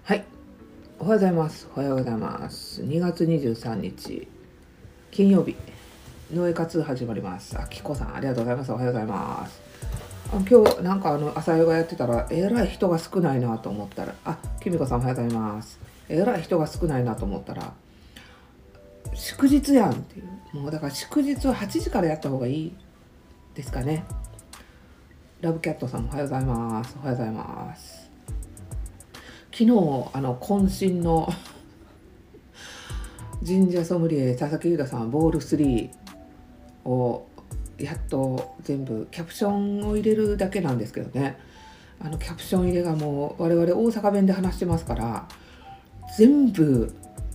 はい、おはようございます。おはようございます。2月23日金曜日のえ活始まります。あきこさんありがとうございます。おはようございます。今日なんか朝ヨガやってたらえらい人が少ないなと思ったら、きみこさんおはようございます。えらい人が少ないなと思ったら祝日やんっていう、もうだから祝日は8時からやった方がいいですかね。ラブキャットさんおはようございます。おはようございます。昨日渾身の神社ソムリエ佐々木優太さんボール3をやっと全部キャプションを入れるだけなんですけどね、キャプション入れがもう我々大阪弁で話してますから全部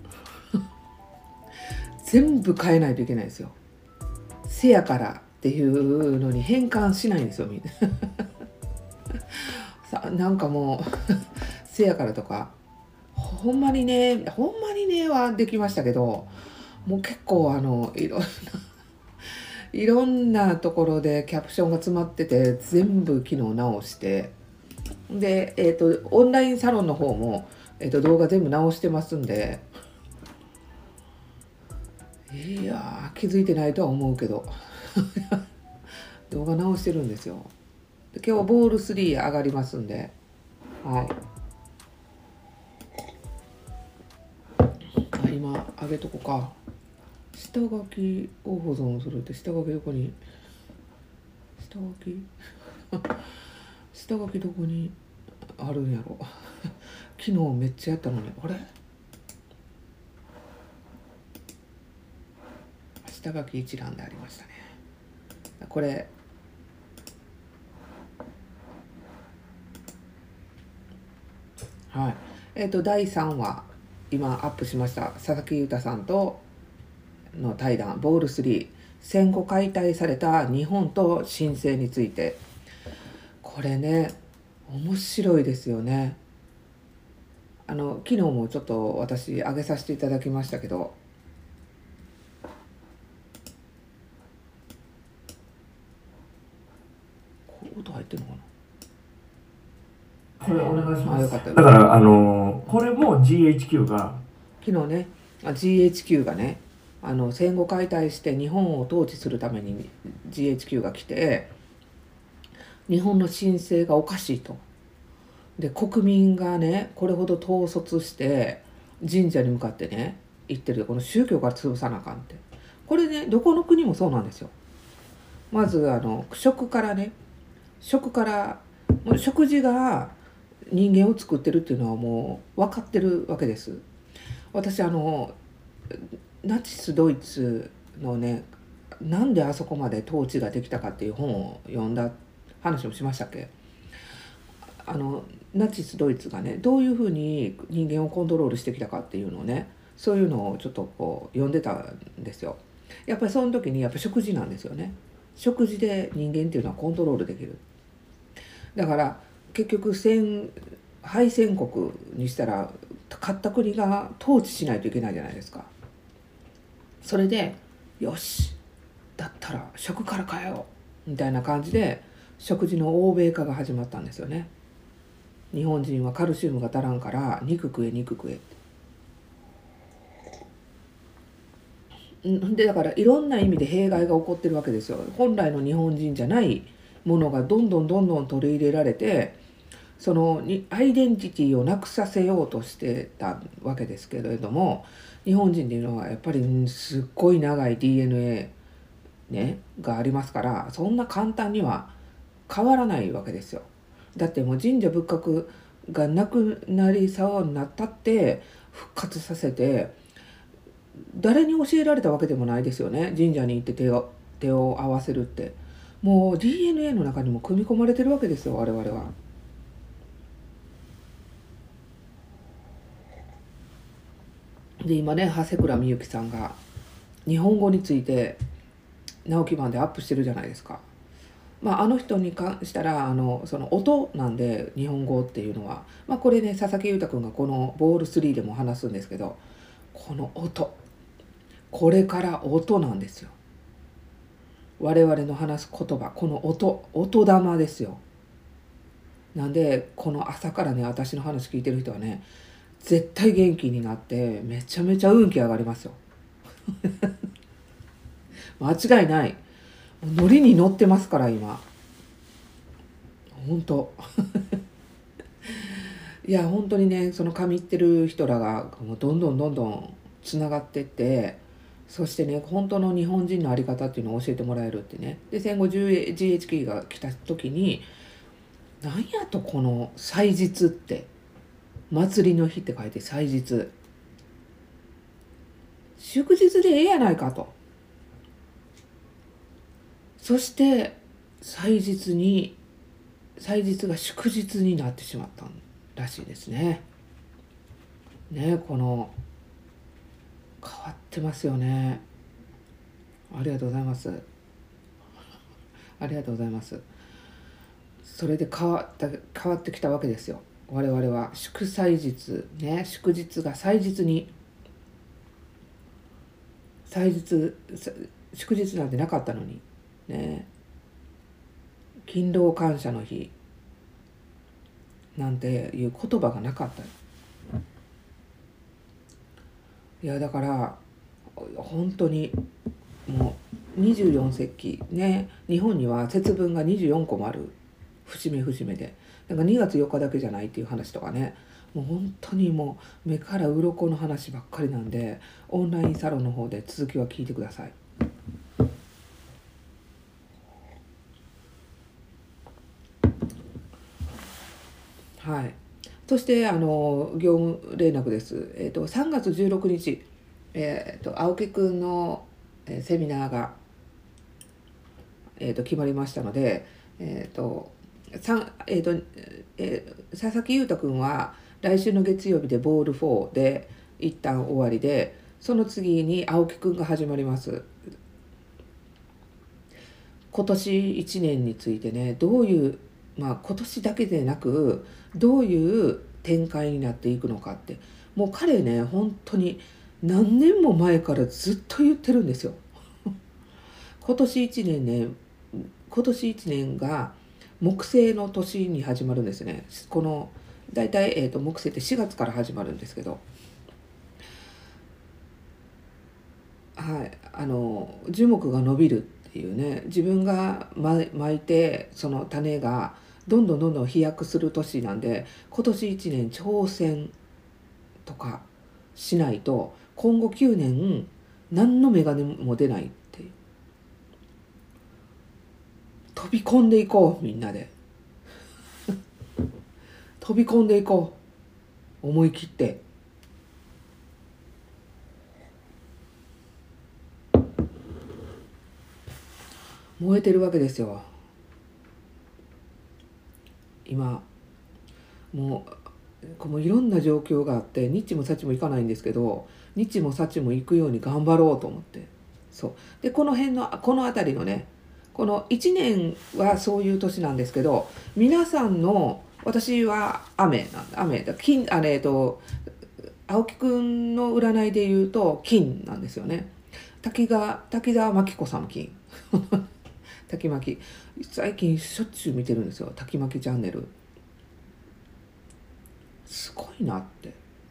変えないといけないんですよ。せやからっていうのに変換しないんですよみんななんかもうせやからとかほんまにねはできましたけど、もう結構いろんなところでキャプションが詰まってて全部機能直してで、オンラインサロンの方も、動画全部直してますんで、いや気づいてないとは思うけど動画直してるんですよ。で今日ボール3上がりますんで、はい、今上げとこか。下書きを保存するって下書きどこに下書き下書きどこにあるんやろ昨日めっちゃやったのにあれ下書き一覧でありましたね。これはい、第3話今アップしました佐々木優太さんとの対談ボール3戦後解体された日本と新政について、これね面白いですよね。昨日もちょっと私上げさせていただきましたけど、音入ってるのかな。 これお願いします。 よかった。 だからこれも GHQ が昨日ねGHQ がね戦後解体して日本を統治するために GHQ が来て日本の神聖がおかしいと。で国民がねこれほど統率して神社に向かってね言ってるこの宗教から潰さなあかんって、これねどこの国もそうなんですよ。まず食からもう食事が人間を作ってるっていうのはもう分かってるわけです。私ナチスドイツのねなんであそこまで統治ができたかっていう本を読んだ話もしましたっけ。ナチスドイツがねどういうふうに人間をコントロールしてきたかっていうのをね、そういうのをちょっとこう読んでたんですよ。やっぱりその時にやっぱ食事なんですよね。食事で人間っていうのはコントロールできる。だから結局敗戦国にしたら勝った国が統治しないといけないじゃないですか。それでよしだったら食から変えようみたいな感じで食事の欧米化が始まったんですよね。日本人はカルシウムが足らんから肉食えでだからいろんな意味で弊害が起こってるわけですよ。本来の日本人じゃないものがどんどん取り入れられて、そのアイデンティティをなくさせようとしてたわけですけれども、日本人っていうのはやっぱりすっごい長い DNA、ね、がありますから、そんな簡単には変わらないわけですよ。だってもう神社仏閣がなくなりそうになったって復活させて、誰に教えられたわけでもないですよね。神社に行って手を合わせるって、もう DNA の中にも組み込まれてるわけですよ我々は。で今ね長谷倉美幸さんが日本語について直木版でアップしてるじゃないですか。あの人に関したらその音なんで日本語っていうのは、これね佐々木裕太君がこのボール3でも話すんですけど、この音、これから音なんですよ。我々の話す言葉、この音玉ですよ。なんでこの朝からね私の話聞いてる人はね絶対元気になってめちゃめちゃ運気上がりますよ。間違いない。ノリに乗ってますから今。本当。いや本当にね、その神ってる人らがもうどんどんどんどんつながってって、そしてね本当の日本人の在り方っていうのを教えてもらえるってね。で戦後 GHQ が来た時に、なんやとこの祭日って、祭りの日って書いて祭日、祝日でええやないかと。そして祭日が祝日になってしまったらしいですね。ね、この変わってますよね。ありがとうございます。ありがとうございます。それで変わってきたわけですよ。我々は祝祭日ね、祝日が祭日に、祝日なんてなかったのにね、勤労感謝の日なんていう言葉がなかった。いやだから本当にもう24節気ね、日本には節分が24個もある、節目節目で、なんか2月4日だけじゃないっていう話とかね、もう本当にもう目から鱗の話ばっかりなんで、オンラインサロンの方で続きは聞いてください。はい。そして業務連絡です。3月16日、青木くんのセミナーが、決まりましたので、佐々木裕太くんは来週の月曜日でボール4で一旦終わりで、その次に青木くんが始まります。今年1年についてね、どういう、今年だけでなくどういう展開になっていくのかって、もう彼ね本当に何年も前からずっと言ってるんですよ。今年1年が木星の年に始まるんですね。この大体、木星って4月から始まるんですけど、はい、樹木が伸びるっていうね、自分が巻いてその種がどんどん飛躍する年なんで、今年1年挑戦とかしないと今後9年何の芽がも出ないっていう。飛び込んでいこう、みんなで飛び込んでいこう、思い切って。燃えてるわけですよ今。もういろんな状況があって、ニッチもサッチもいかないんですけど、ニッチもサッチも行くように頑張ろうと思って。そうで、この辺りのね、この1年はそういう年なんですけど、皆さんの、私は雨だ、金、青木くんの占いで言うと金なんですよね。滝沢真紀子さんも金。滝巻、最近しょっちゅう見てるんですよ、滝巻チャンネル。すごいなって。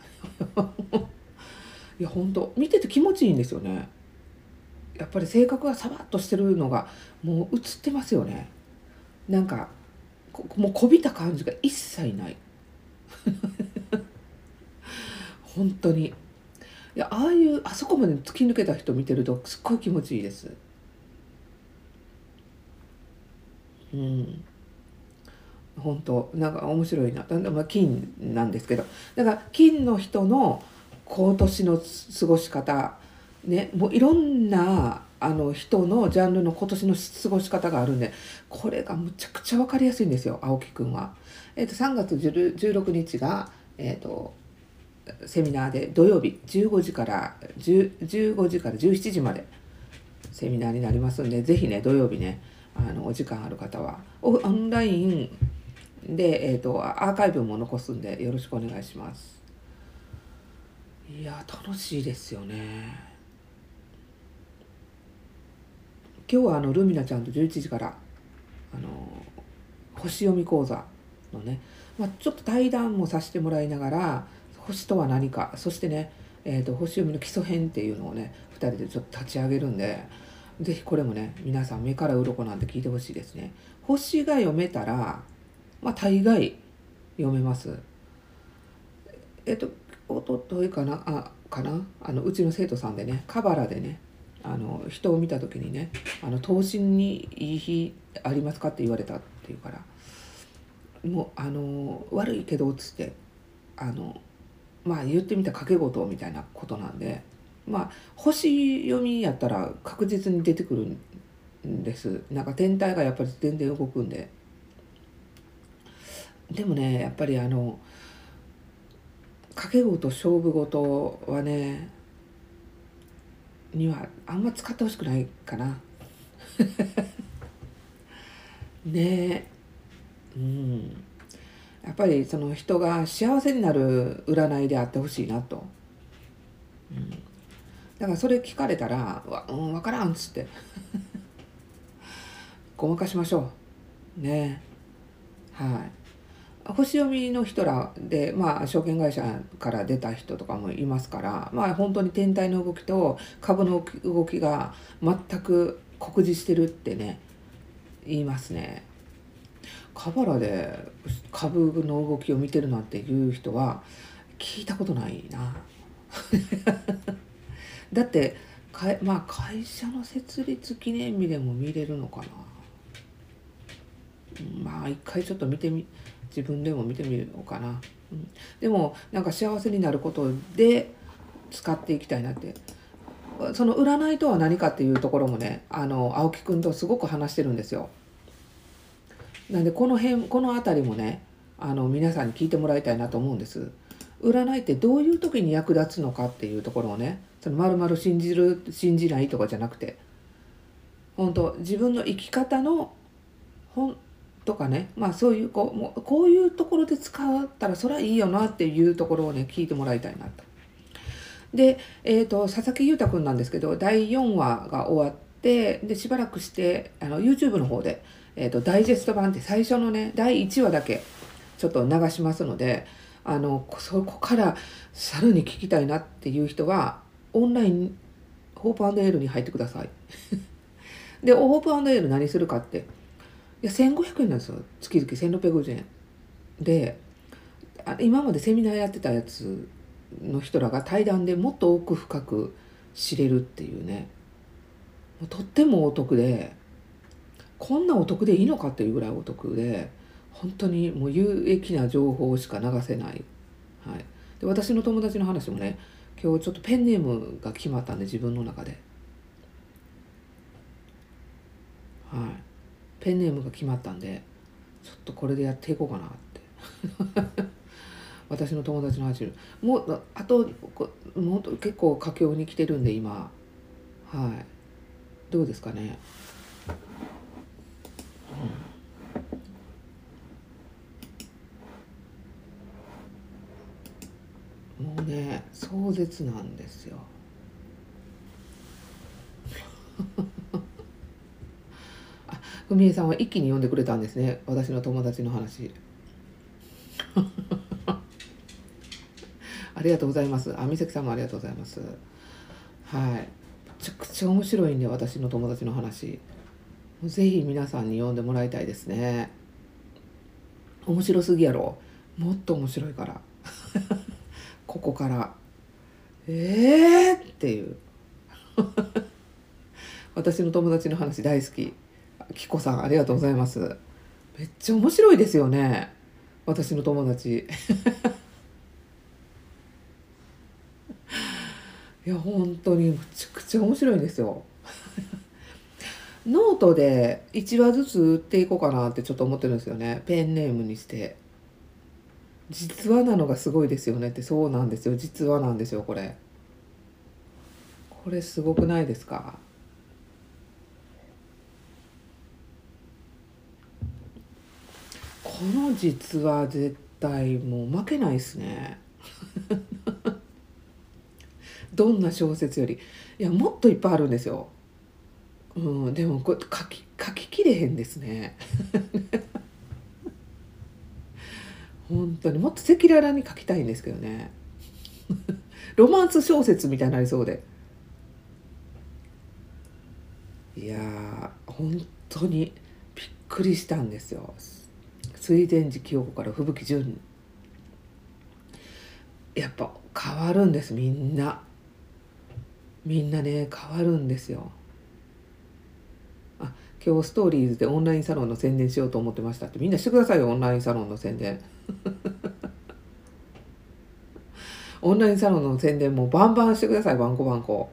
いや本当見てて気持ちいいんですよね。やっぱり性格がサバッとしてるのがもう映ってますよね。なんかもうこびた感じが一切ない。本当に。いやあそこまで突き抜けた人見てるとすっごい気持ちいいです。うん。本当なんか面白いな。金なんですけど、だから金の人の今年の過ごし方ね、もういろんな人のジャンルの今年の過ごし方があるんで、これがむちゃくちゃ分かりやすいんですよ、青木くんは。3月16日が、セミナーで土曜日15時から17時までセミナーになりますんで、ぜひね土曜日ねお時間ある方はオンラインで、アーカイブも残すんでよろしくお願いします。いや楽しいですよね。今日はルミナちゃんと11時から星読み講座のね、ちょっと対談もさせてもらいながら星とは何か、そしてね、星読みの基礎編っていうのをね2人でちょっと立ち上げるんで、ぜひこれもね皆さん目から鱗なんで聞いてほしいですね。星が読めたらまあ大概読めます。おとといかなうちの生徒さんでね、カバラでね人を見た時にね頭身にいい日ありますかって言われたっていうから、もう悪いけどっつってまあ言ってみたら賭け事みたいなことなんで、まあ星読みやったら確実に出てくるんです。なんか天体がやっぱり全然動くんで。でもねやっぱり賭け事勝負事はねにはあんま使ってほしくないかな。ねえ、やっぱりその人が幸せになる占いであってほしいなと、だからそれ聞かれたら分からんっつってごまかしましょうね。はい。星読みの人らで、まあ、証券会社から出た人とかもいますから、まあ、本当に天体の動きと株の動きが全く酷似してるってね言いますね。カバラで株の動きを見てるなんていう人は聞いたことないな。だってまあ会社の設立記念日でも見れるのかな。まあ一回ちょっと自分でも見てみようかな。でもなんか幸せになることで使っていきたいなって。その占いとは何かっていうところもね青木くんとすごく話してるんですよ。なんでこの辺りもね皆さんに聞いてもらいたいなと思うんです。占いってどういう時に役立つのかっていうところをね、その丸々信じる信じないとかじゃなくて、本当自分の生き方の本とかね、まあそういうこういうところで使ったらそれはいいよなっていうところをね聞いてもらいたいなと。で、佐々木裕太くんなんですけど、第4話が終わってでしばらくしてYouTube の方で、ダイジェスト版って最初のね第1話だけちょっと流しますので、そこからさらに聞きたいなっていう人はオンラインホープ&エールに入ってください。でホープ&エール何するかって、いや1500円なんですよ。月々1650円で、今までセミナーやってたやつの人らが対談でもっと奥深く知れるっていうね、とってもお得で、こんなお得でいいのかっていうぐらいお得で、本当にもう有益な情報しか流せない。はい、で私の友達の話もね、今日ちょっとペンネームが決まったんで自分の中で、はい、ペンネームが決まったんでちょっとこれでやっていこうかなって私の友達の話もうあともう結構佳境に来てるんで今、はい、どうですかね。もうね壮絶なんですよ。ふみえさんは一気に読んでくれたんですね、私の友達の話。ありがとうございます。美咲さんもありがとうございます。はい、めちゃくちゃ面白いんで私の友達の話、ぜひ皆さんに読んでもらいたいですね。面白すぎやろ。もっと面白いからここからっていう私の友達の話大好き。きこさんありがとうございます。めっちゃ面白いですよね私の友達いや本当にめちゃくちゃ面白いんですよノートで1話ずつ売っていこうかなってちょっと思ってるんですよね。ペンネームにして実話なのがすごいですよねって。そうなんですよ、実話なんですよ。これすごくないですか。この実話絶対もう負けないですねどんな小説より。いやもっといっぱいあるんですよ。でもこれ書ききれへんですね本当にもっと赤裸々に書きたいんですけどね。 ロマンス小説みたいになりそうで、いやー本当にびっくりしたんですよ。水前寺清子から吹雪純、やっぱ変わるんです。みんなね変わるんですよ。今日ストーリーズでオンラインサロンの宣伝しようと思ってましたって、みんなしてくださいよ、オンラインサロンの宣伝。オンラインサロンの宣伝もバンバンしてください、バンコバンコ。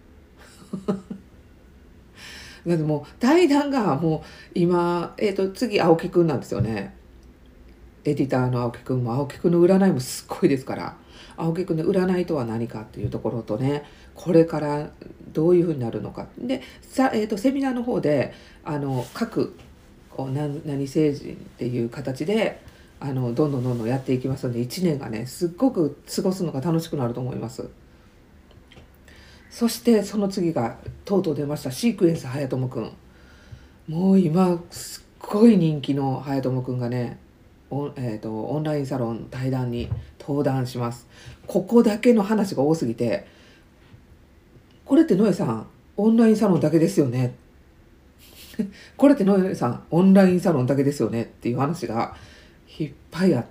だってもう対談がもう今、次青木くんなんですよね。エディターの青木くんも、青木くんの占いもすっごいですから、青木くんの占いとは何かっていうところとね、これからどういうふうになるのかでセミナーの方で各何星人っていう形でどんどんやっていきますので、1年がねすっごく過ごすのが楽しくなると思います。そしてその次がとうとう出ました、シークエンスはやともくん。もう今すっごい人気のはやともくんがねオンラインサロン対談に登壇します。ここだけの話が多すぎて、これってノエさんオンラインサロンだけですよねこれってノエさんオンラインサロンだけですよねっていう話がいっぱいあって、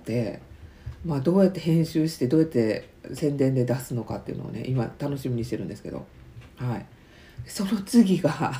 どうやって編集してどうやって宣伝で出すのかっていうのをね今楽しみにしてるんですけど、はい、その次が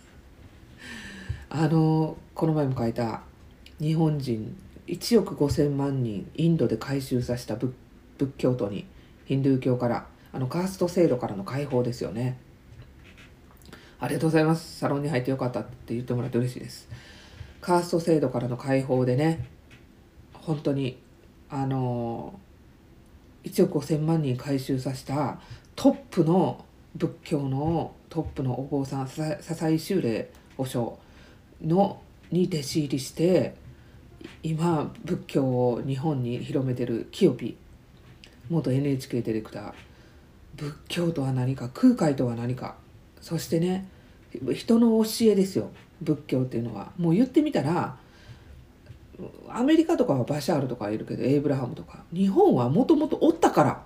この前も書いた日本人1億5,000万人インドで改宗させた仏教徒にヒンドゥー教からカースト制度からの解放ですよね。ありがとうございます。サロンに入ってよかったって言ってもらって嬉しいです。カースト制度からの解放でね、本当に1億5,000万人改宗させたトップの仏教のトップのお坊さん、笹井秀霊和尚に弟子入りして今仏教を日本に広めてるキヨピ、元 NHK ディレクター。仏教とは何か、空海とは何か、そしてね人の教えですよ。仏教っていうのはもう言ってみたら、アメリカとかはバシャールとかいるけどエイブラハムとか、日本はもともとおったから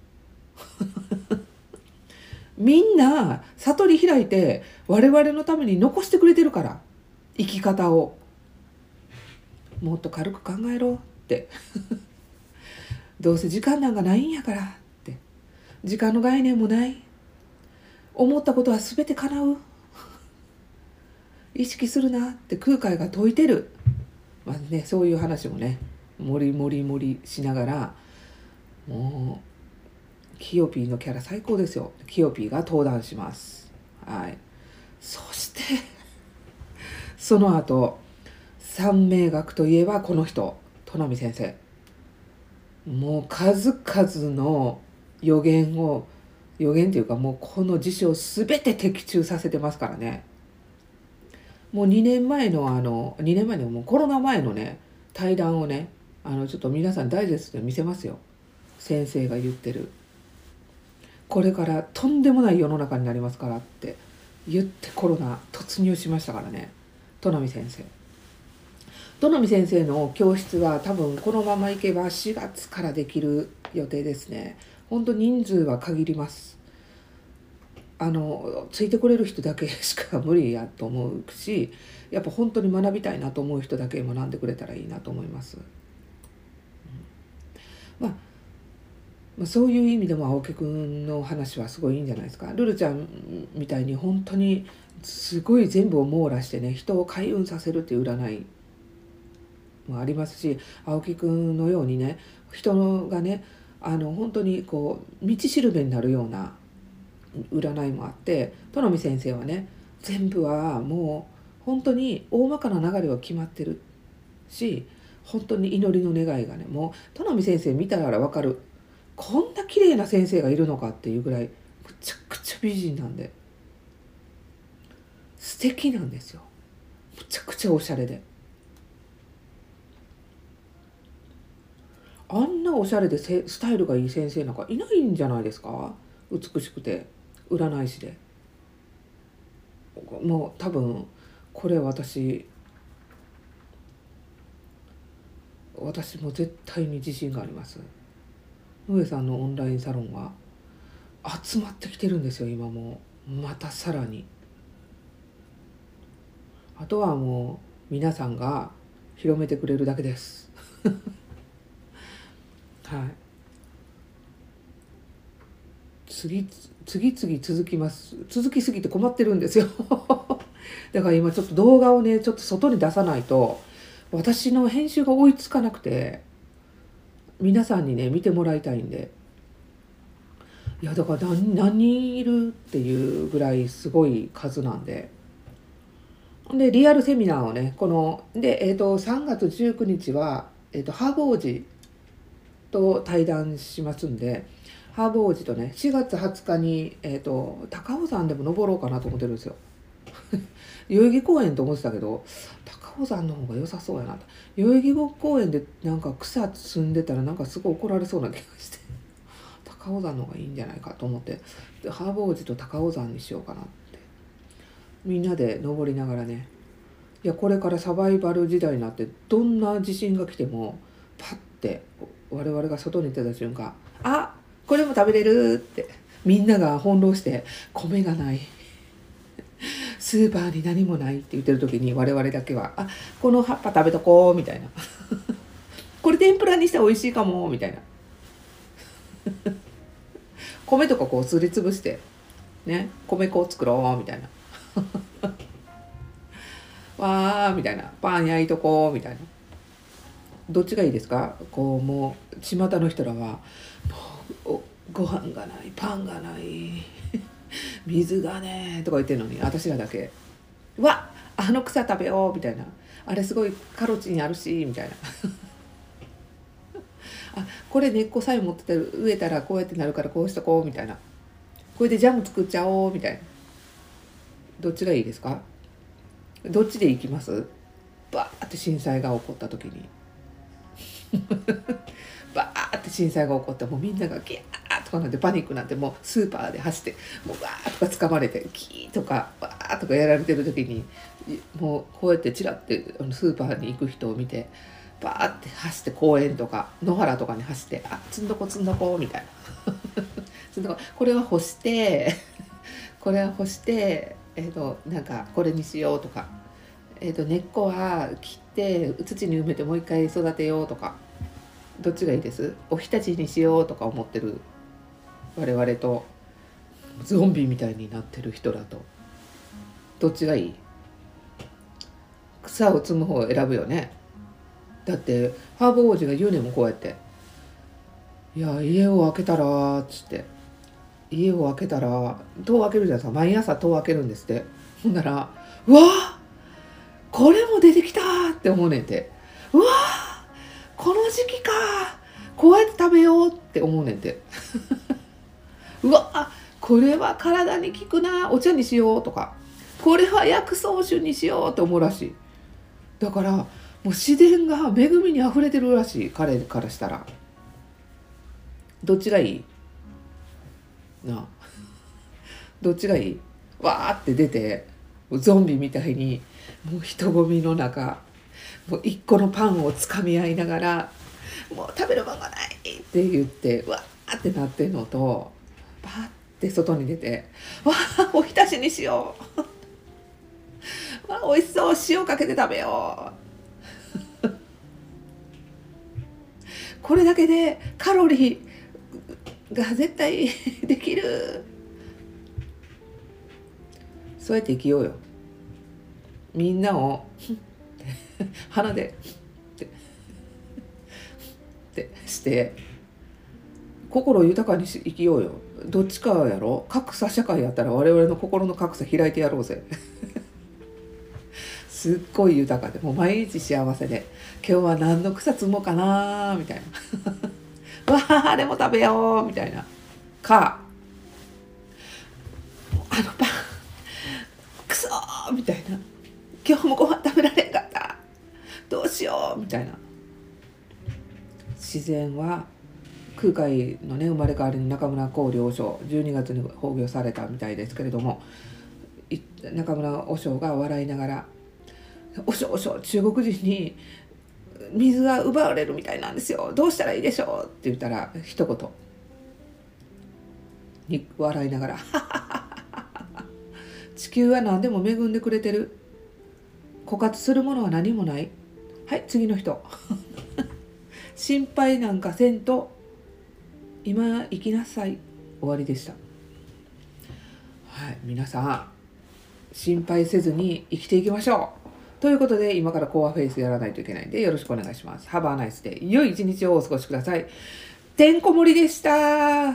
みんな悟り開いて我々のために残してくれてるから、生き方をもっと軽く考えろってどうせ時間なんかないんやからって、時間の概念もない、思ったことは全て叶う、意識するなって空海が説いてる。そういう話もねもりしながら、もうキヨピーのキャラ最高ですよ。キヨピーが登壇します。はい。そしてその後三名学といえばこの人、都波先生。もう数々の予言っていうか、もうこの事象を全て的中させてますからね。もう2年前の2年前のもうコロナ前のね対談をねちょっと皆さんダイジェストで見せますよ。先生が言ってる、これからとんでもない世の中になりますからって言ってコロナ突入しましたからね。都波先生の教室は多分このままいけば4月からできる予定ですね。本当人数は限ります。ついてこれる人だけしか無理やと思うし、やっぱ本当に学びたいなと思う人だけ学んでくれたらいいなと思います。そういう意味でも青木くんの話はすごいいいんじゃないですか。ルルちゃんみたいに本当にすごい全部を網羅してね人を開運させるっていう占いもありますし、青木くんのようにね人がね本当にこう道しるべになるような占いもあって、都波先生はね全部はもう本当に大まかな流れは決まってるし、本当に祈りの願いがね、もう都波先生見たら分かる、こんな綺麗な先生がいるのかっていうぐらいむちゃくちゃ美人なんで素敵なんですよ。むちゃくちゃおしゃれで、あんなおしゃれでスタイルがいい先生なんかいないんじゃないですか。美しくて占い師で。もう多分これ私も絶対に自信があります。 上さんのオンラインサロンが集まってきてるんですよ今。もうまたさらに。あとはもう皆さんが広めてくれるだけですはい。次々続きます。続きすぎて困ってるんですよだから今ちょっと動画をねちょっと外に出さないと私の編集が追いつかなくて、皆さんにね見てもらいたいんで。いやだから何人いるっていうぐらいすごい数なんで。でリアルセミナーをねこので、3月19日は、ハーブ王子と対談しますんで、ハーブ王子とね4月20日に、高尾山でも登ろうかなと思ってるんですよ代々木公園と思ってたけど高尾山の方が良さそうやなと。代々木公園でなんか草摘んでたらなんかすごい怒られそうな気がして高尾山の方がいいんじゃないかと思って、でハーブ王子と高尾山にしようかなって、みんなで登りながらね。いやこれからサバイバル時代になってどんな地震が来てもパッて我々が外に出た瞬間、あこれも食べれるってみんなが翻弄して、米がないスーパーに何もないって言ってる時に我々だけはこの葉っぱ食べとこうみたいなこれ天ぷらにしたら美味しいかもみたいな米とかこうすりつぶしてね、米粉を作ろうみたいなわーみたいな、パン焼いとこうみたいな。どっちがいいですか？こうもう巷の人らはもうご飯がない、パンがない水がねとか言ってるのに、私らだけわあの草食べようみたいな、あれすごいカロチンあるしみたいなこれ根っこさえ持ってて植えたらこうやってなるからこうしとこうみたいな、これでジャム作っちゃおうみたいな。どっちがいいですか？どっちで行きます？バーって震災が起こった時にバーって震災が起こってもうみんながギャーとかなんてパニックなんて、もうスーパーで走ってもうバーとか掴まれてキーとかバーとかやられてる時に、もうこうやってチラってスーパーに行く人を見てバーって走って公園とか野原とかに走って積んどこ積んどこみたいな積んどここれは干してこれは干してなんかこれにしようとか、根っこは切って土に埋めてもう一回育てようとか、どっちがいいです？おひたちにしようとか思ってる我々とゾンビみたいになってる人だとどっちがいい？草を摘む方を選ぶよね。だってハーブ王子が言うねんもこうやって「いや家を開けたら」っつって、家を開けたら戸を開けるじゃないですか。毎朝戸を開けるんですって。ほんなら「うわこれも出てきた!」って思うねんて。うわこの時期かこうやって食べようって思うねんてうわこれは体に効くな、お茶にしようとか、これは薬草酒にしようって思うらしい。だからもう自然が恵みにあふれてるらしい、彼からしたら。どっちがいいなあどっちがいい？わーって出てゾンビみたいにもう人混みの中、もう一個のパンをつかみ合いながらもう食べるもんがないって言ってわーってなってんのと、パーって外に出てわーおひたしにしようわー美味しそう塩かけて食べようこれだけでカロリーが絶対できる。そうやって生きようよ。みんなを鼻でってして心豊かに生きようよ。どっちかやろ。格差社会やったら我々の心の格差開いてやろうぜすっごい豊かでもう毎日幸せで、今日は何の草摘もうかなみたいなわああれも食べようみたいなか、あのパンクソーみたいな、今日もご飯食べられんかったどうしようみたいな。自然は空海のね生まれ変わりの中村光陵和尚、12月に崩御されたみたいですけれども、中村和尚が笑いながら「和尚和尚中国人に水が奪われるみたいなんですよ、どうしたらいいでしょうって言ったら一言に笑いながら地球は何でも恵んでくれてる、枯渇するものは何もない、はい次の人心配なんかせんと今生きなさい、終わりでした。はい、皆さん心配せずに生きていきましょうということで、今からコアフェイスやらないといけないんでよろしくお願いします。ハバーナイスで良い一日をお過ごしください。てんこ盛りでした。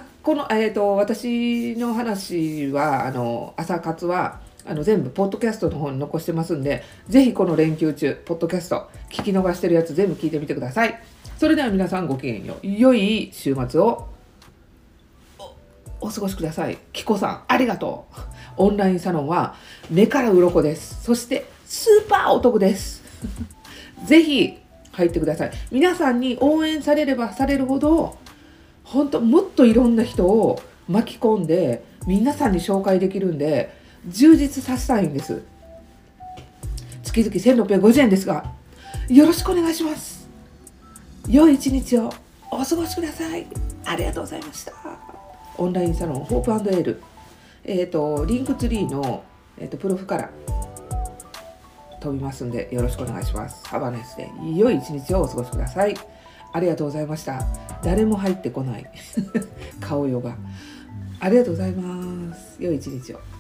この、私の話は朝活は全部ポッドキャストの方に残してますんで、ぜひこの連休中ポッドキャスト聞き逃してるやつ全部聞いてみてください。それでは皆さんごきげんよう、良い週末をお過ごしください。キコさんありがとう。オンラインサロンは目から鱗です。そしてスーパーお得ですぜひ入ってください。皆さんに応援されればされるほど、本当もっといろんな人を巻き込んで皆さんに紹介できるんで、充実させたいんです。月々1650円ですがよろしくお願いします。良い一日をお過ごしください。ありがとうございました。オンラインサロンホープ&エール、リンクツリーの、プロフから飛びますんでよろしくお願いします。ハバネスで良い一日をお過ごしください。ありがとうございました。誰も入ってこない顔よがありがとうございます。良い一日を。